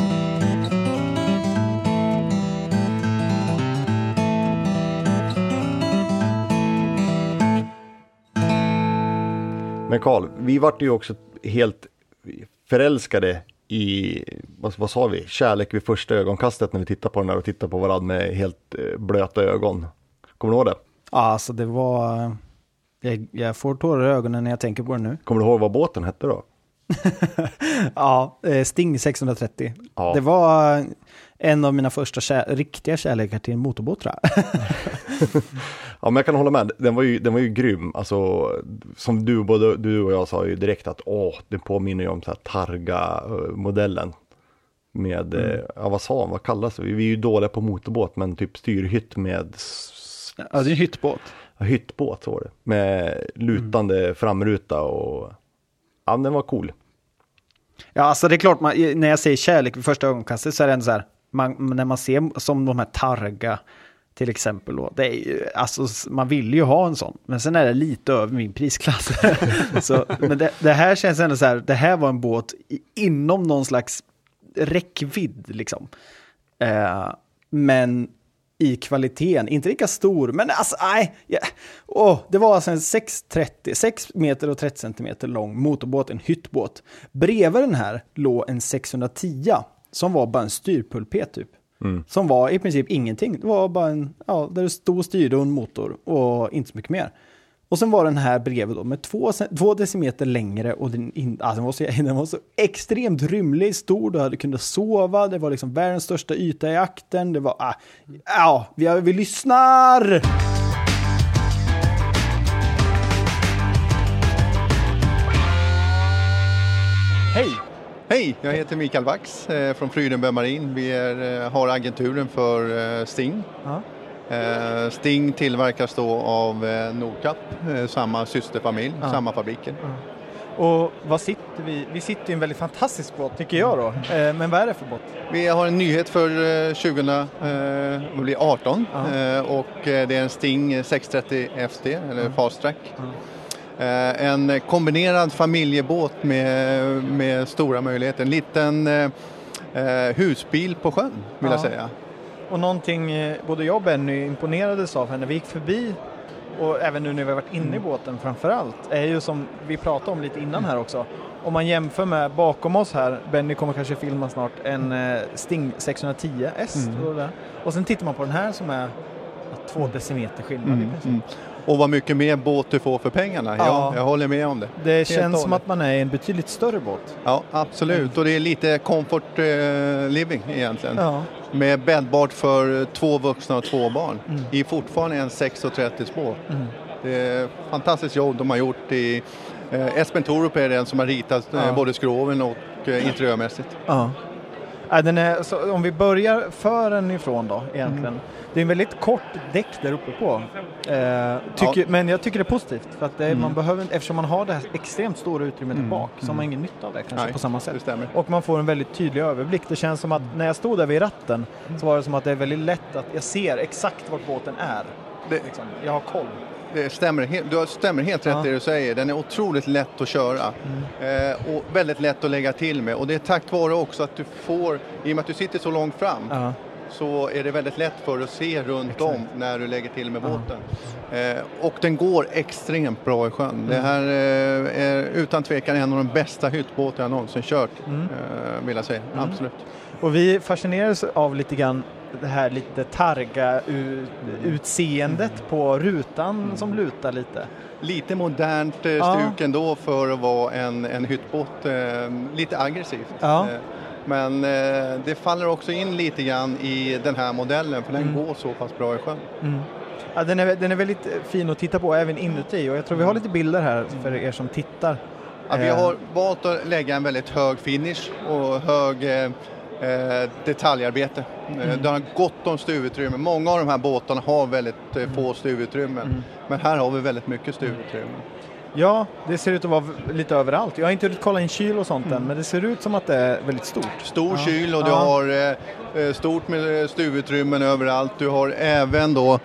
Men Carl, vi vart ju också helt förälskade i, vad sa vi, kärlek vid första ögonkastet när vi tittade på den här och tittade på varandra med helt blöta ögon. Kommer du ihåg det? Ja, alltså det var... Jag får tårar i ögonen när jag tänker på det nu. Kommer du ihåg vad båten hette då? Ja, Sting 630. Ja. Det var en av mina första riktiga kärlekar till en motorbåt, tror jag. Ja, men jag kan hålla med. Den var ju grym. Alltså, som både du och jag sa ju direkt att det påminner ju om så här Targa-modellen. Med, vad sa han? Vad kallas det? Vi är ju dåliga på motorbåt, men typ styrhytt med... Ja, det är en hyttbåt. Ja, hyttbåt var det. Med lutande framruta och... Ja, den var cool. Ja, alltså det är klart, när jag säger kärlek vid första ögonkastet så är det ändå så här, när man ser som de här Targa till exempel då, det är ju, alltså man vill ju ha en sån, men sen är det lite över min prisklass. Så, men det här känns ändå så här, det här var en båt inom någon slags räckvidd liksom. Men i kvaliteten, inte lika stor, men alltså nej. Det var alltså en 6 meter och 30 centimeter lång motorbåt, en hyttbåt. Bredvid den här låg en 610 som var bara en styrpulpet typ. Som var i princip ingenting. Det var bara där det stod styrde och en motor och inte så mycket mer. Och sen var den här bredvid då med 2 decimeter längre och den var så extremt rymlig, stor, du hade kunnat sova, det var liksom världens största yta i akten, det var vi lyssnar! Hej, jag heter Mikael Vax från Frydenberg Marin. Vi har agenturen för Sting. Sting tillverkas då av Nordkapp, samma systerfamilj, samma fabriker. Och vad sitter vi? Vi sitter i en väldigt fantastisk båt tycker jag då. Men vad är det för båt? Vi har en nyhet för 2018 och det är en Sting 630 FD eller Fast Track. En kombinerad familjebåt med stora möjligheter. En liten husbil på sjön vill jag säga. Och någonting både jag och Benny imponerades av här när vi gick förbi och även nu när vi har varit inne i båten framförallt är ju som vi pratade om lite innan här också. Om man jämför med bakom oss här, Benny kommer kanske filma snart, en Sting 610 S. Och sen tittar man på den här som är 2 decimeter skillnad i princip. Och vad mycket mer båt du får för pengarna. Ja, jag håller med om det. Det känns som att man är en betydligt större båt. Ja, absolut. Och det är lite comfort living egentligen. Ja. Med bäddbart för 2 vuxna och 2 barn. I fortfarande en 630 spår. Det är fantastiskt jobb de har gjort i... Espen Torup är den som har ritat både skroven och interiörmässigt. Ja. Den är, så om vi börjar fören ifrån då egentligen. Det är en väldigt kort däck där uppe på. Men jag tycker det är positivt. För att man behöver, eftersom man har det här extremt stora utrymmet bak så har man ingen nytta av det kanske på samma sätt. Och man får en väldigt tydlig överblick. Det känns som att när jag stod där vid ratten så var det som att det är väldigt lätt att jag ser exakt vart båten är. Jag har koll. Det stämmer helt rätt det du säger. Den är otroligt lätt att köra. Och väldigt lätt att lägga till med. Och det är tack vare också att du får, i och med att du sitter så långt fram, så är det väldigt lätt för att se runt om när du lägger till med båten. Och den går extremt bra i sjön. Det här är utan tvekan en av de bästa hyttbåtar jag någonsin kört, vill jag säga. Absolut. Och vi fascineras av lite grann det här lite targa utseendet på rutan som lutar lite. Lite modernt stuk ändå för att vara en hyttbåt. Lite aggressivt. Ja. Men det faller också in lite grann i den här modellen för den går så pass bra i sjön. Ja, den är väldigt fin att titta på även inuti och jag tror vi har lite bilder här för er som tittar. Ja, vi har valt att lägga en väldigt hög finish och hög detaljarbete. Det har gott om stuvutrymme. Många av de här båtarna har väldigt få stuvutrymmen. Men här har vi väldigt mycket stuvutrymme. Ja, det ser ut att vara lite överallt. Jag har inte kollat in kyl och sånt än, men det ser ut som att det är väldigt stort. Stor kyl och du har stort med stuvutrymmen överallt. Du har även då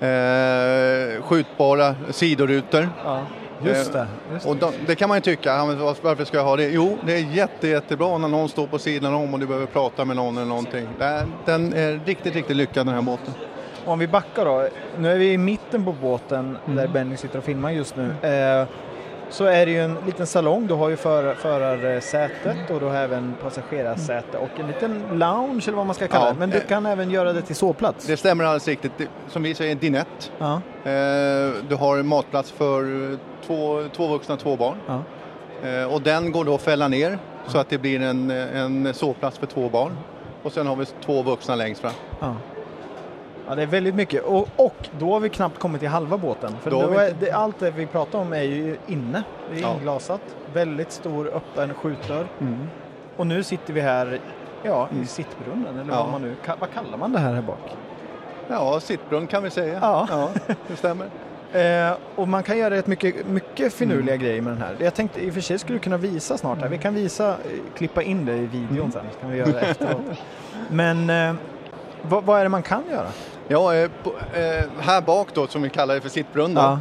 skjutbara sidorutor. Ja. Just det. Och det kan man ju tycka, varför ska jag ha det? Jo, det är jättebra när någon står på sidan om och du behöver prata med någon eller någonting. Den är riktigt lyckad den här båten. Om vi backar då, nu är vi i mitten på båten där Benny sitter och filmar just nu. Så är det ju en liten salong, du har ju förarsätet och du har även passagerarsäte och en liten lounge eller vad man ska kalla det. Men du kan även göra det till sovplats. Det stämmer alldeles riktigt. Som vi säger, dinett. Ja. Du har en matplats för två vuxna, 2 barn. Ja. Och den går då att fälla ner så att det blir en sovplats för 2 barn. Och sen har vi 2 vuxna längst fram. Ja. Ja, det är väldigt mycket. Och då har vi knappt kommit till halva båten. För allt det vi pratar om är ju inne. Det är inglasat. Väldigt stor öppen skjutdörr. Och nu sitter vi här i sittbrunnen. Eller vad man nu... Vad kallar man det här bak? Ja, sittbrunn kan vi säga. Ja, det stämmer. Och man kan göra ett mycket finurliga grejer med den här. Jag tänkte i och för sig skulle kunna visa snart här. Vi kan klippa in det i videon sen. Så kan vi göra det efteråt. Men... Vad är det man kan göra? Ja, här bak då som vi kallar det för sittbrunn då,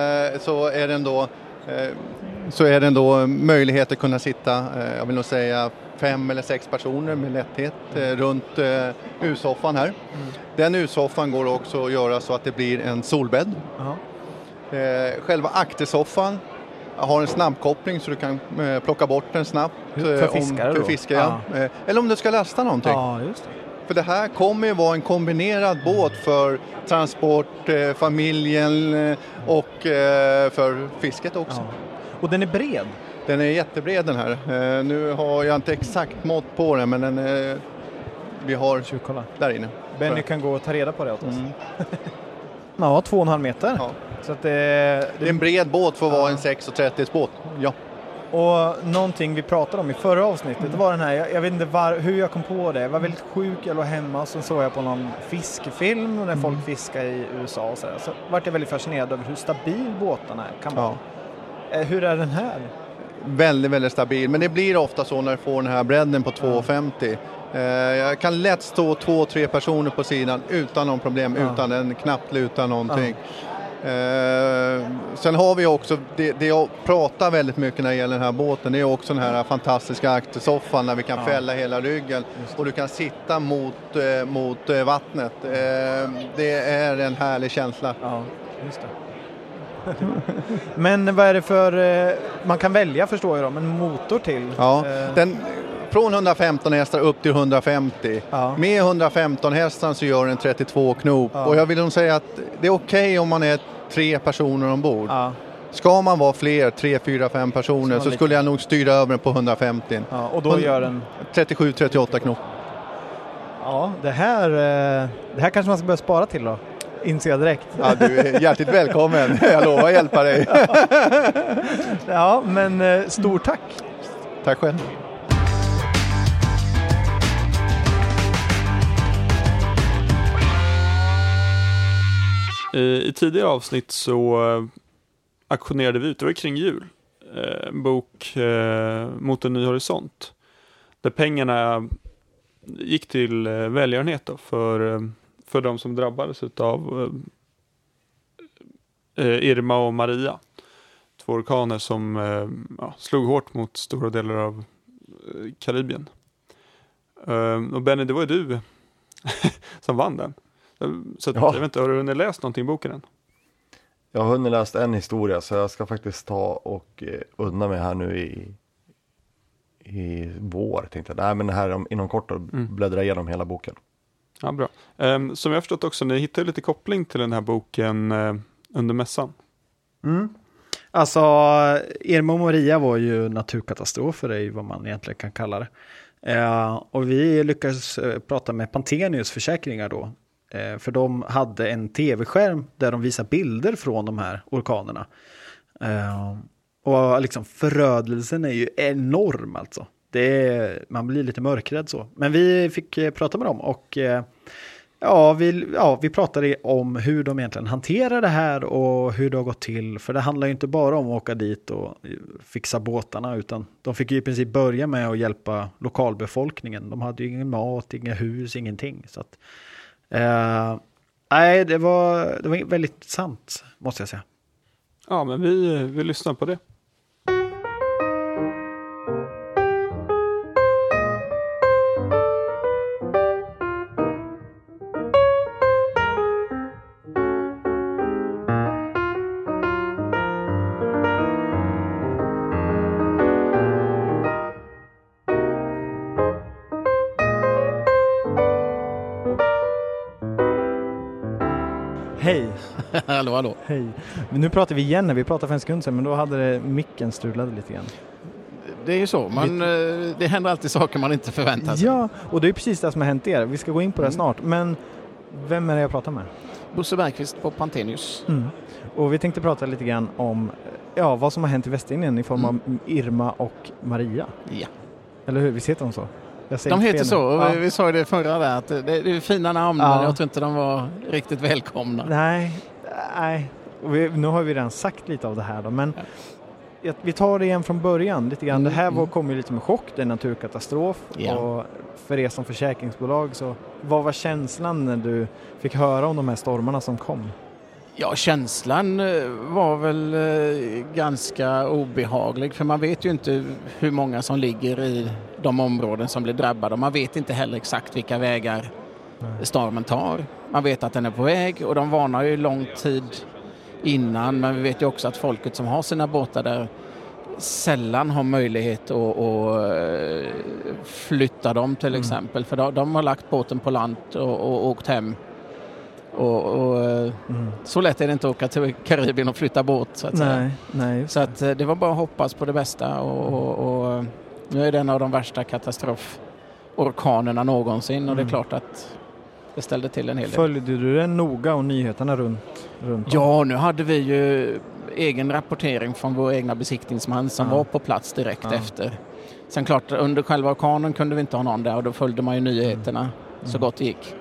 så är den då möjlighet att kunna sitta, jag vill nog säga 5 eller 6 personer med lätthet runt U-soffan här. Den U-soffan går också att göra så att det blir en solbädd. Själva aktersoffan har en snabbkoppling så du kan plocka bort den snabbt för fiskare. Eller om du ska lasta någonting. Ja, just det. För det här kommer ju vara en kombinerad båt för transport, familjen och för fisket också. Ja. Och den är bred? Den är jättebred den här. Nu har jag inte exakt mått på den men vi har där inne. Benny kan gå och ta reda på det åt oss. Ja, 2,5 meter. Ja. Så att det är en bred båt för att vara en 6,30 båt. Ja. Och någonting vi pratade om i förra avsnittet var den här, jag vet inte hur jag kom på det. Jag var väldigt sjuk, jag låg hemma och så såg jag på någon fiskefilm när folk fiskar i USA och så var jag väldigt fascinerad över hur stabil båtarna kan vara. Hur är den här? Väldigt, väldigt stabil, men det blir ofta så när du får den här bredden på 2,50. Jag kan lätt stå 2-3 personer på sidan utan någon problem, utan en knappt luta någonting. Sen har vi också, det jag pratar väldigt mycket när det gäller den här båten, det är också den här fantastiska aktersoffan när vi kan fälla hela ryggen och du kan sitta mot vattnet. Det är en härlig känsla. Ja, just det. Men vad är det för, man kan välja förstår jag då, en motor till? Ja, den från 115 hästar upp till 150. Ja. Med 115 hästar så gör den 32 knop. Ja. Och jag vill nog säga att det är okej om man är 3 personer ombord. Ja. Ska man vara fler, 3, 4, 5 personer så skulle jag nog styra över den på 150. Ja, och då gör den 37-38 knop. Ja, det här kanske man ska börja spara till då. Inser jag direkt. Ja, du är hjärtligt välkommen. Jag lovar att hjälpa dig. Ja, men stort tack. Tack själv. I tidigare avsnitt så aktionerade vi ut, det var kring jul, en bok Mot en ny horisont. Där pengarna gick till välgörenhet då, för de som drabbades av Irma och Maria. 2 orkaner som slog hårt mot stora delar av Karibien. Och Benny, det var ju du som vann den. Så att, Ja. jag vet inte, har du hunnit läst någonting i boken än? Jag har hunnit läst en historia så jag ska faktiskt ta och unna mig här nu i vår. Tänkte jag. Nej, men här inom kort och bläddra igenom hela boken. Ja, bra. Som jag har förstått också, ni hittar lite koppling till den här boken under mässan. Alltså, Irma och Maria var ju naturkatastrofer, är ju vad man egentligen kan kalla det. Och vi lyckades prata med Pantenius försäkringar då. För de hade en tv-skärm där de visade bilder från de här orkanerna. Och liksom förödelsen är ju enorm alltså. Man blir lite mörkrädd så. Men vi fick prata med dem och vi pratade om hur de egentligen hanterar det här och hur det har gått till. För det handlar ju inte bara om att åka dit och fixa båtarna, utan de fick ju i princip börja med att hjälpa lokalbefolkningen. De hade ju ingen mat, inga hus, ingenting. Så att, det var väldigt sant, måste jag säga. Ja, men vi lyssnar på det. Hej. Hallå. Hej. Men nu pratar vi igen, vi pratade för en sekund sedan, men då hade micken strulade lite grann. Det är ju så, det händer alltid saker man inte förväntar sig. Ja, och det är precis det som har hänt er. Vi ska gå in på det snart, men vem är det jag pratar med? Bosse Bergqvist på Pantenius. Och vi tänkte prata lite grann om vad som har hänt i Västindien i form av Irma och Maria. Ja. Eller hur? Vi heter de så? De heter så, och vi sa ju det förra där, att det är fina namn, men jag tror inte de var riktigt välkomna. Nej. Nu har vi redan sagt lite av det här då, men vi tar det igen från början lite grann. Det här kom ju lite med chock, det är en naturkatastrof. Ja. Och för er som försäkringsbolag, så vad var känslan när du fick höra om de här stormarna som kom? Ja, känslan var väl ganska obehaglig, för man vet ju inte hur många som ligger i de områden som blir drabbade. Man vet inte heller exakt vilka vägar stormen tar. Man vet att den är på väg, och de varnar ju lång tid innan, men vi vet ju också att folket som har sina båtar där sällan har möjlighet att flytta dem till exempel, för de har lagt båten på land och åkt hem. Så lätt är det inte att åka till Karibien och flytta båt, så att säga. Nej. Så att det var bara att hoppas på det bästa, och nu är det en av de värsta katastroforkanerna någonsin, och det är klart att det ställde till en hel del. Följde du den noga och nyheterna runt om? Ja, nu hade vi ju egen rapportering från vår egna besiktningsman som var på plats direkt efter. Sen klart, under själva orkanen kunde vi inte ha någon där, och då följde man ju nyheterna så gott det gick.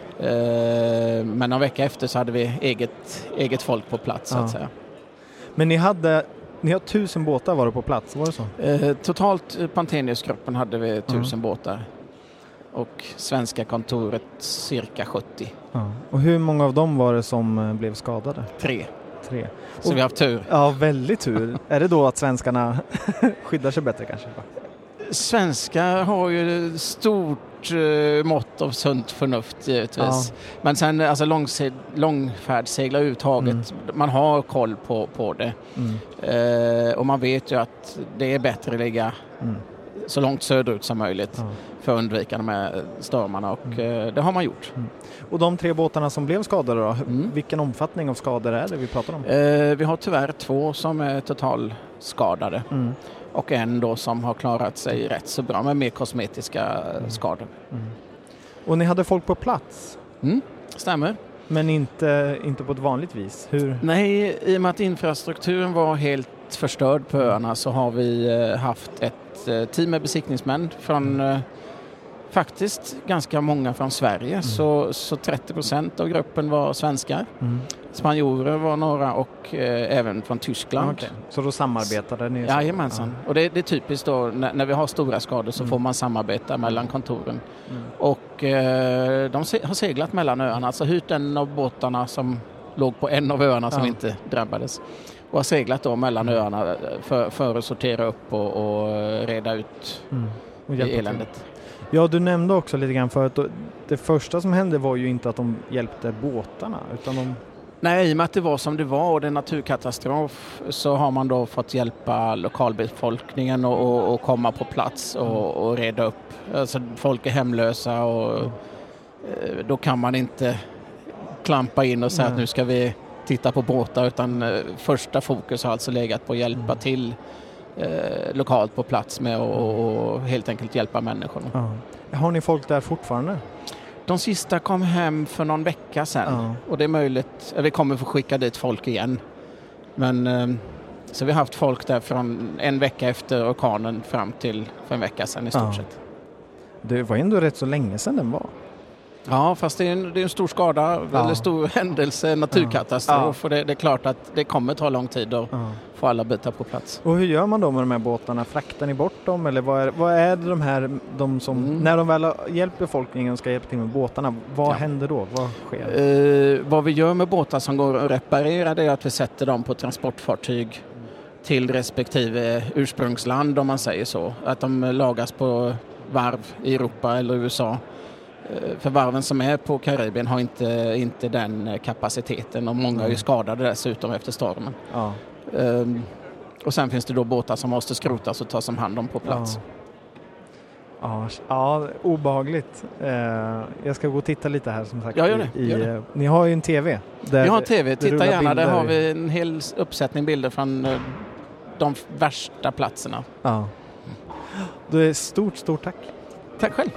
Men en vecka efter så hade vi eget folk på plats, så att säga. Men ni har 1000 båtar var det på plats, var det så? Totalt Pantenius-gruppen hade vi 1000 båtar. Och svenska kontoret cirka 70. Ja. Och hur många av dem var det som blev skadade? 3. Så och, vi har haft tur. Ja, väldigt tur. Är det då att svenskarna skyddar sig bättre kanske? Svenskar har ju stort mått av sunt förnuft givetvis. Men sen alltså långfärdssegla uttaget, man har koll på det. Och man vet ju att det är bättre att ligga så långt söderut som möjligt för att undvika de här stormarna, och det har man gjort. Och de 3 båtarna som blev skadade då, vilken omfattning av skador är det vi pratar om? Vi har tyvärr 2 som är totalskadade. Och en då som har klarat sig rätt så bra med mer kosmetiska skador. Och ni hade folk på plats? Stämmer. Men inte på ett vanligt vis? Hur? Nej, i och med att infrastrukturen var helt förstörd på öarna, så har vi haft ett team med besiktningsmän från faktiskt ganska många från Sverige. Så 30% av gruppen var svenskar. Spanjorer var några, och även från Tyskland. Okay. Så då samarbetade ni? Jajamensan. Och det är typiskt då, när vi har stora skador så får man samarbeta mellan kontoren. Och de har seglat mellan öarna, alltså hyrt en av båtarna som låg på en av öarna som inte drabbades. Och har seglat då mellan öarna för att sortera upp och reda ut eländet. Ja, du nämnde också lite grann för att det första som hände var ju inte att de hjälpte båtarna utan de... Nej, i och med att det var som det var och det är naturkatastrof så har man då fått hjälpa lokalbefolkningen och komma på plats och reda upp. Alltså folk är hemlösa och då kan man inte klampa in och säga att nu ska vi titta på båtar utan första fokus har alltså legat på att hjälpa till lokalt på plats med och helt enkelt hjälpa människorna. Ja. Har ni folk där fortfarande? De sista kom hem för någon vecka sedan och det är möjligt, vi kommer få skicka dit folk igen. Men så vi har haft folk där från en vecka efter orkanen fram till för en vecka sedan i stort sett. Det var ändå rätt så länge sedan den var. Ja, fast det är en stor skada, eller stor händelse, naturkatastrof och det är klart att det kommer ta lång tid att få alla bitar på plats. Och hur gör man då med de här båtarna? Fraktar ni bort dem eller vad är de som när de väl hjälper befolkningen och ska hjälpa till med båtarna, vad händer då? Vad sker? Vad vi gör med båtar som går att reparera det är att vi sätter dem på transportfartyg till respektive ursprungsland om man säger så. Att de lagas på varv i Europa eller USA. För varven som är på Karibien har inte den kapaciteten och många är ju skadade dessutom efter stormen. Ja. Och sen finns det då båtar som måste skrotas och tas om hand om på plats. Ja, obehagligt. Jag ska gå och titta lite här som sagt. Ja, gör det. Ni har ju en tv. Vi har en tv, titta gärna. Där har vi en hel uppsättning bilder från de värsta platserna. Ja. Det är stort tack. Tack själv.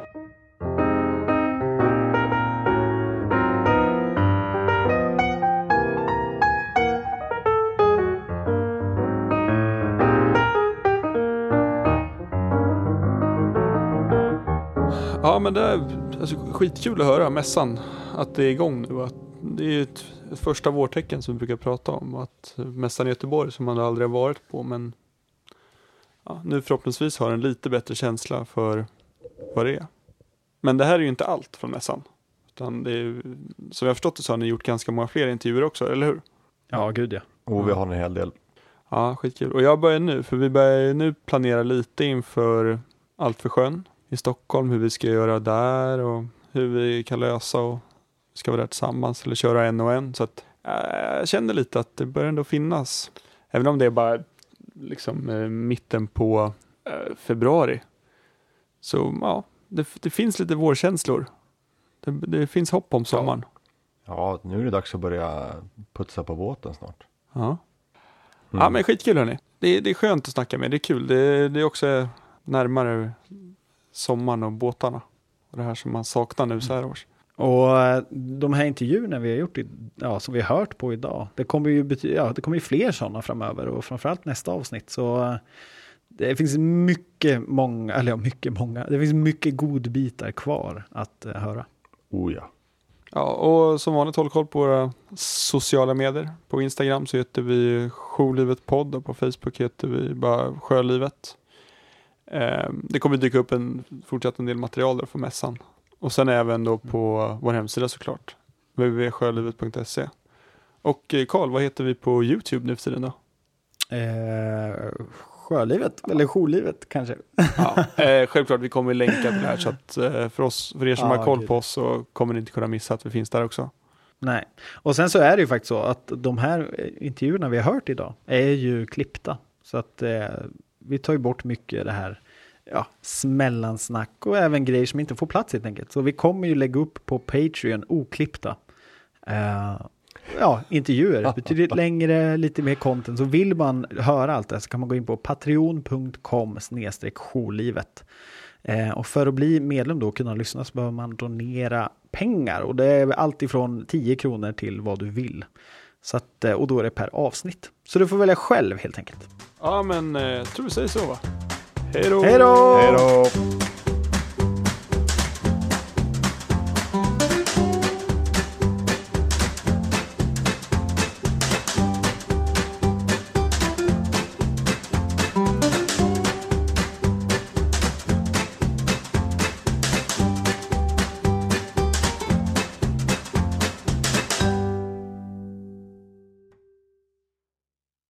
Ja, men det är skitkul att höra mässan, att det är igång nu. Att det är ett första vårtecken som vi brukar prata om. Att mässan i Göteborg som man aldrig har varit på, men nu förhoppningsvis har en lite bättre känsla för vad det är. Men det här är ju inte allt från mässan. Utan det är, som jag har förstått det så har ni gjort ganska många fler intervjuer också, eller hur? Ja, gud ja. Och vi har en hel del. Ja, skitkul. Och jag börjar nu, för vi börjar nu planera lite inför Allt för sjön i Stockholm, hur vi ska göra där och hur vi kan lösa och ska vara där tillsammans eller köra en och en. Så att jag känner lite att det börjar ändå finnas, även om det är bara liksom mitten på februari. Så ja, det finns lite vårkänslor. Det finns hopp om sommaren. Ja, nu är det dags att börja putsa på båten snart. Ja. Ja, men skitkul hörni. Det är skönt att snacka med, det är kul. Det är också närmare sommaren och båtarna. Och det här som man saknar nu så här års. Och de här intervjuerna vi har gjort, som vi har hört på idag, det kommer ju fler sådana framöver och framförallt nästa avsnitt. Så det finns det finns mycket godbitar kvar att höra. Oh ja. Ja, och som vanligt håll koll på våra sociala medier. På Instagram så heter vi Sjölivet podd och på Facebook heter vi bara Sjölivet. Det kommer dyka upp fortsatt en del material där för mässan. Och sen även då på vår hemsida såklart. www.sjölivet.se. Och Carl, vad heter vi på YouTube nu för tiden då? Sjölivet, eller Sjölivet kanske. Ja, självklart, vi kommer länka till det här så att för er som har koll på oss så kommer ni inte kunna missa att vi finns där också. Nej, och sen så är det ju faktiskt så att de här intervjuerna vi har hört idag är ju klippta. Så att vi tar ju bort mycket det här smällansnack och även grejer som inte får plats helt enkelt. Så vi kommer ju lägga upp på Patreon oklippta intervjuer, betydligt längre, lite mer content. Så vill man höra allt det så kan man gå in på patreon.com/Sjölivet. Och för att bli medlem då och kunna lyssna så behöver man donera pengar. Och det är allt ifrån 10 kronor till vad du vill. Så att, och då är det per avsnitt. Så du får välja själv helt enkelt. Ja, men jag tror vi säger så va? Hej då! Hej då! Hej då!